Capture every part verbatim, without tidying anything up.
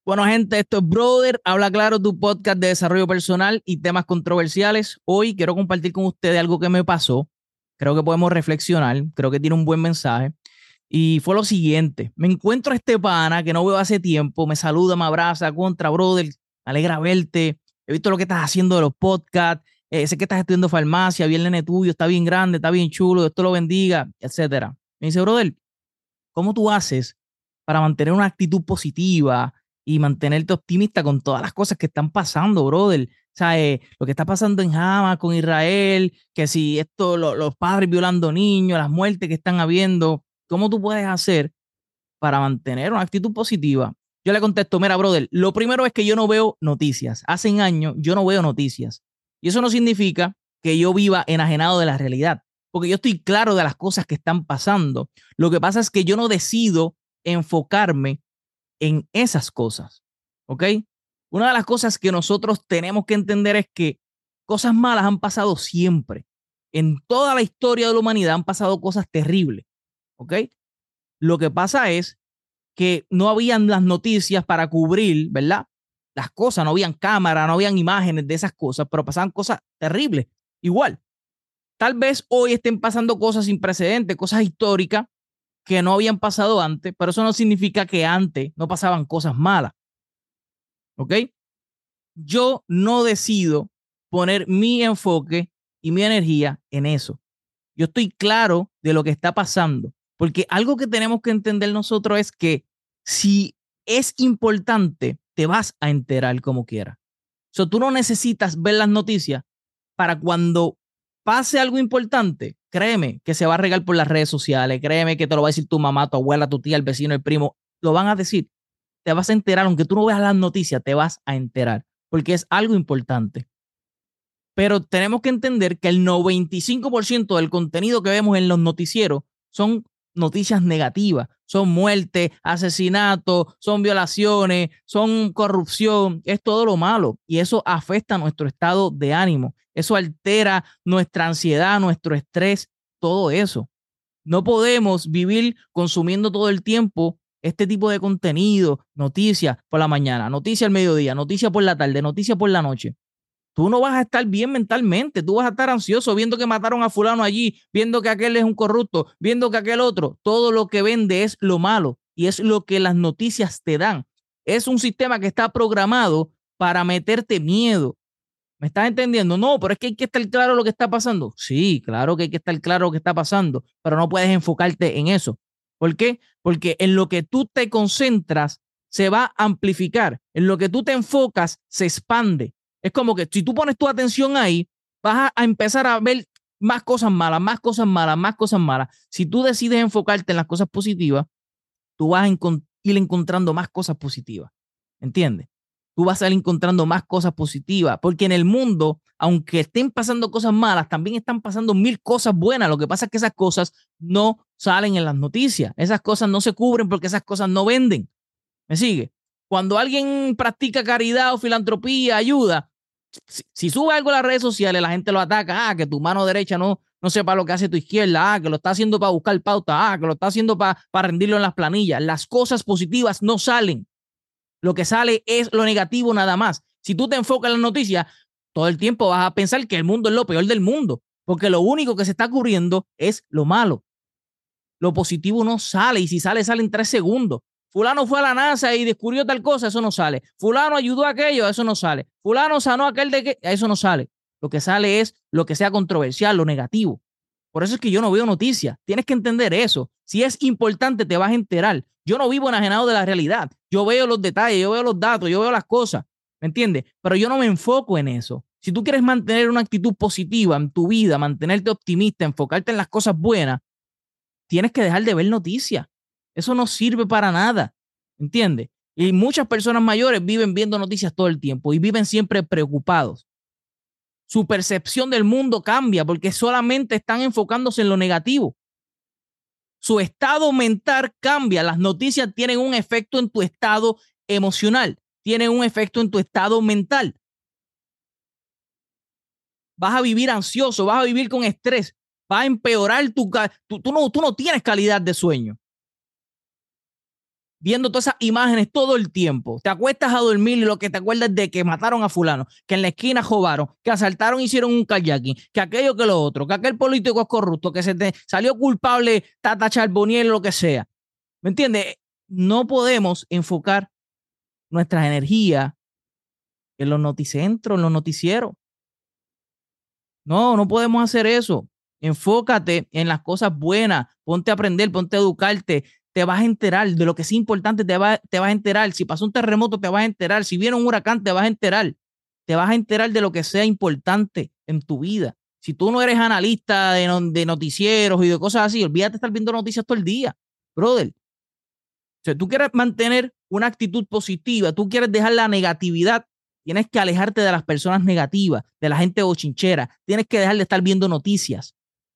Bueno, gente, esto es Brother, Habla Claro, tu podcast de desarrollo personal y temas controversiales. Hoy quiero compartir con ustedes algo que me pasó. Creo que podemos reflexionar, creo que tiene un buen mensaje. Y fue lo siguiente, me encuentro a este pana que no veo hace tiempo, me saluda, me abraza, contra, brother, me alegra verte, he visto lo que estás haciendo de los podcasts, eh, sé que estás estudiando farmacia, vi el nene tuyo, está bien grande, está bien chulo, Dios te lo bendiga, etcétera. Me dice, brother, ¿cómo tú haces para mantener una actitud positiva y mantenerte optimista con todas las cosas que están pasando, brother? O sea, eh, lo que está pasando en Hamas con Israel, que si esto, lo, los padres violando niños, las muertes que están habiendo, ¿cómo tú puedes hacer para mantener una actitud positiva? Yo le contesto, mira, brother, lo primero es que yo no veo noticias. Hace años yo no veo noticias. Y eso no significa que yo viva enajenado de la realidad, porque yo estoy claro de las cosas que están pasando. Lo que pasa es que yo no decido enfocarme en esas cosas, ¿ok? Una de las cosas que nosotros tenemos que entender es que cosas malas han pasado siempre. En toda la historia de la humanidad han pasado cosas terribles, ¿ok? Lo que pasa es que no habían las noticias para cubrir, ¿verdad? Las cosas, no habían cámaras, no habían imágenes de esas cosas, pero pasaban cosas terribles. Igual, tal vez hoy estén pasando cosas sin precedentes, cosas históricas que no habían pasado antes, pero eso no significa que antes no pasaban cosas malas, ¿ok? Yo no decido poner mi enfoque y mi energía en eso. Yo estoy claro de lo que está pasando, porque algo que tenemos que entender nosotros es que si es importante, te vas a enterar como quieras. O sea, tú no necesitas ver las noticias para cuando pase algo importante, créeme que se va a regar por las redes sociales, créeme que te lo va a decir tu mamá, tu abuela, tu tía, el vecino, el primo, lo van a decir. Te vas a enterar, aunque tú no veas las noticias, te vas a enterar, porque es algo importante. Pero tenemos que entender que el noventa y cinco por ciento del contenido que vemos en los noticieros son noticias negativas, son muertes, asesinatos, son violaciones, son corrupción, es todo lo malo y eso afecta nuestro estado de ánimo, eso altera nuestra ansiedad, nuestro estrés, todo eso. No podemos vivir consumiendo todo el tiempo este tipo de contenido, noticias por la mañana, noticias al mediodía, noticias por la tarde, noticias por la noche. Tú no vas a estar bien mentalmente, tú vas a estar ansioso viendo que mataron a fulano allí, viendo que aquel es un corrupto, viendo que aquel otro, todo lo que vende es lo malo y es lo que las noticias te dan. Es un sistema que está programado para meterte miedo. ¿Me estás entendiendo? No, pero es que hay que estar claro lo que está pasando. Sí, claro que hay que estar claro lo que está pasando, pero no puedes enfocarte en eso. ¿Por qué? Porque en lo que tú te concentras se va a amplificar, en lo que tú te enfocas se expande. Es como que si tú pones tu atención ahí, vas a, a empezar a ver más cosas malas, más cosas malas, más cosas malas. Si tú decides enfocarte en las cosas positivas, tú vas a encont- ir encontrando más cosas positivas. ¿Entiendes? Tú vas a ir encontrando más cosas positivas, porque en el mundo, aunque estén pasando cosas malas, también están pasando mil cosas buenas. Lo que pasa es que esas cosas no salen en las noticias. Esas cosas no se cubren porque esas cosas no venden. ¿Me sigue? Cuando alguien practica caridad o filantropía, ayuda, si, si sube algo a las redes sociales, la gente lo ataca. Ah, que tu mano derecha no, no sepa lo que hace tu izquierda. Ah, que lo está haciendo para buscar pauta. Ah, que lo está haciendo para pa rendirlo en las planillas. Las cosas positivas no salen. Lo que sale es lo negativo nada más. Si tú te enfocas en las noticias, todo el tiempo vas a pensar que el mundo es lo peor del mundo, porque lo único que se está cubriendo es lo malo. Lo positivo no sale, y si sale, sale en tres segundos. Fulano fue a la NASA y descubrió tal cosa, eso no sale. Fulano ayudó a aquello, eso no sale. Fulano sanó a aquel de que, eso no sale. Lo que sale es lo que sea controversial, lo negativo. Por eso es que yo no veo noticias. Tienes que entender eso. Si es importante, te vas a enterar. Yo no vivo enajenado de la realidad. Yo veo los detalles, yo veo los datos, yo veo las cosas. ¿Me entiendes? Pero yo no me enfoco en eso. Si tú quieres mantener una actitud positiva en tu vida, mantenerte optimista, enfocarte en las cosas buenas, tienes que dejar de ver noticias. Eso no sirve para nada. ¿Entiendes? Y muchas personas mayores viven viendo noticias todo el tiempo y viven siempre preocupados. Su percepción del mundo cambia porque solamente están enfocándose en lo negativo. Su estado mental cambia. Las noticias tienen un efecto en tu estado emocional, tienen un efecto en tu estado mental. Vas a vivir ansioso, vas a vivir con estrés, vas a empeorar tu... Tú, tú, no, tú no tienes calidad de sueño. viendo todas esas imágenes todo el tiempo. Te acuestas a dormir y lo que te acuerdas es de que mataron a fulano, que en la esquina robaron, que asaltaron, hicieron un kayaking, que aquello, que lo otro, que aquel político es corrupto, que se te salió culpable Tata Charbonnier, lo que sea. ¿Me entiendes? No podemos enfocar nuestras energías en los noticentros, en los noticieros. No, no podemos hacer eso. Enfócate en las cosas buenas, ponte a aprender, ponte a educarte, te vas a enterar de lo que es importante, te, va, te vas a enterar. Si pasó un terremoto, te vas a enterar. Si viene un huracán, te vas a enterar. Te vas a enterar de lo que sea importante en tu vida. Si tú no eres analista de, no, de noticieros y de cosas así, olvídate de estar viendo noticias todo el día, brother. O sea, tú quieres mantener una actitud positiva, tú quieres dejar la negatividad, tienes que alejarte de las personas negativas, de la gente bochinchera, tienes que dejar de estar viendo noticias.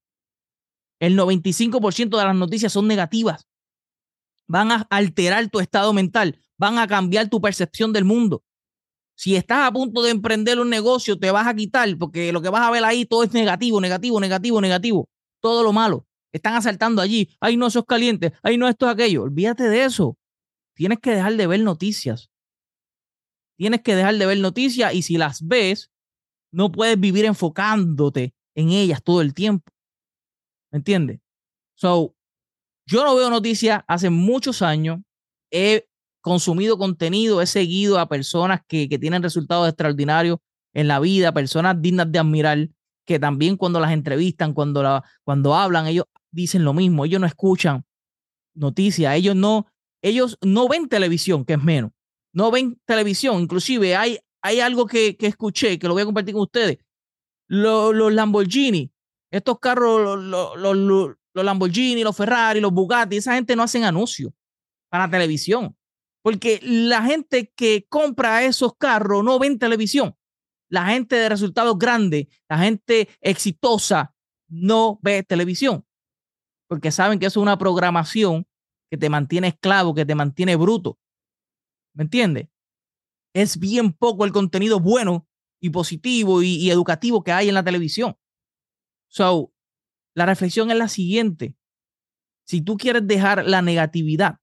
El noventa y cinco por ciento de las noticias son negativas. Van a alterar tu estado mental, van a cambiar tu percepción del mundo. Si estás a punto de emprender un negocio, te vas a quitar, porque lo que vas a ver ahí todo es negativo, negativo, negativo, negativo. Todo lo malo. Están asaltando allí. Ay, no, eso es caliente. Ay, no, esto es aquello. Olvídate de eso. Tienes que dejar de ver noticias. Tienes que dejar de ver noticias y si las ves, no puedes vivir enfocándote en ellas todo el tiempo. ¿Me entiendes? So, yo no veo noticias hace muchos años. He consumido contenido, he seguido a personas que, que tienen resultados extraordinarios en la vida, personas dignas de admirar, que también cuando las entrevistan, cuando, la, cuando hablan, ellos dicen lo mismo. Ellos no escuchan noticias, ellos no, ellos no ven televisión, que es menos. No ven televisión. Inclusive hay, hay algo que, que escuché, que lo voy a compartir con ustedes. Los, los Lamborghini, estos carros, los, los, los, los Lamborghini, los Ferrari, los Bugatti, esa gente no hacen anuncios para televisión. Porque la gente que compra esos carros no ven televisión. La gente de resultados grandes, la gente exitosa, no ve televisión. Porque saben que eso es una programación que te mantiene esclavo, que te mantiene bruto. ¿Me entiendes? Es bien poco el contenido bueno y positivo y, y educativo que hay en la televisión. So, la reflexión es la siguiente. Si tú quieres dejar la negatividad,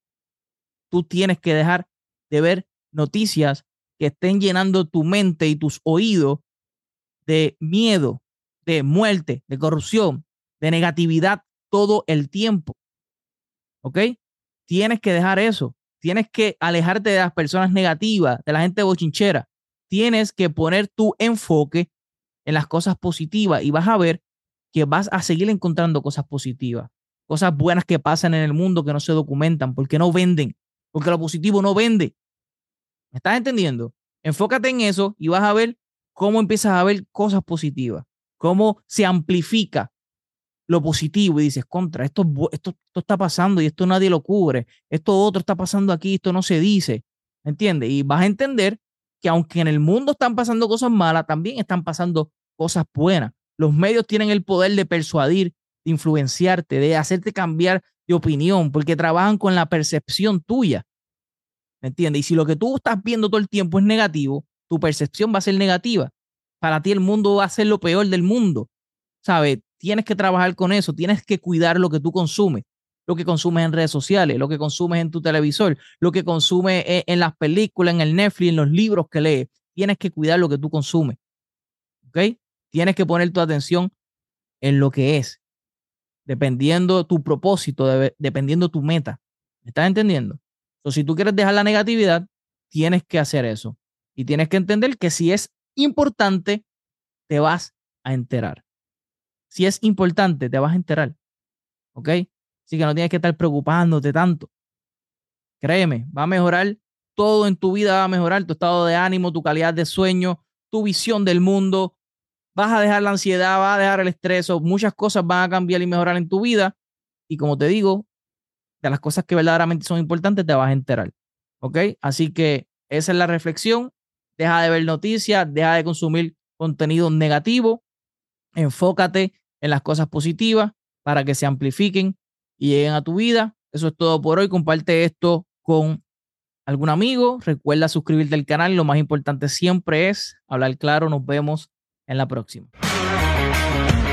tú tienes que dejar de ver noticias que estén llenando tu mente y tus oídos de miedo, de muerte, de corrupción, de negatividad todo el tiempo. ¿Ok? Tienes que dejar eso. Tienes que alejarte de las personas negativas, de la gente bochinchera. Tienes que poner tu enfoque en las cosas positivas y vas a ver que vas a seguir encontrando cosas positivas, cosas buenas que pasan en el mundo que no se documentan porque no venden, porque lo positivo no vende. ¿Me estás entendiendo? Enfócate en eso y vas a ver cómo empiezas a ver cosas positivas, cómo se amplifica lo positivo y dices, contra, esto, esto, esto está pasando y esto nadie lo cubre, esto otro está pasando aquí, esto no se dice, ¿entiendes? Y vas a entender que aunque en el mundo están pasando cosas malas, también están pasando cosas buenas. Los medios tienen el poder de persuadir, de influenciarte, de hacerte cambiar de opinión, porque trabajan con la percepción tuya, ¿me entiendes? Y si lo que tú estás viendo todo el tiempo es negativo, tu percepción va a ser negativa. Para ti el mundo va a ser lo peor del mundo, ¿sabes? Tienes que trabajar con eso, tienes que cuidar lo que tú consumes, lo que consumes en redes sociales, lo que consumes en tu televisor, lo que consumes en, en las películas, en el Netflix, en los libros que lees. Tienes que cuidar lo que tú consumes, ¿ok? Tienes que poner tu atención en lo que es, dependiendo tu propósito, de, dependiendo tu meta. ¿Me estás entendiendo? Entonces, si tú quieres dejar la negatividad, tienes que hacer eso. Y tienes que entender que si es importante, te vas a enterar. Si es importante, te vas a enterar. ¿Ok? Así que no tienes que estar preocupándote tanto. Créeme, va a mejorar todo en tu vida, va a mejorar tu estado de ánimo, tu calidad de sueño, tu visión del mundo. Vas a dejar la ansiedad, vas a dejar el estrés, muchas cosas van a cambiar y mejorar en tu vida. Y como te digo, de las cosas que verdaderamente son importantes, te vas a enterar. ¿Ok? Así que esa es la reflexión. Deja de ver noticias, deja de consumir contenido negativo. Enfócate en las cosas positivas para que se amplifiquen y lleguen a tu vida. Eso es todo por hoy. Comparte esto con algún amigo. Recuerda suscribirte al canal. Lo más importante siempre es hablar claro. Nos vemos en la próxima.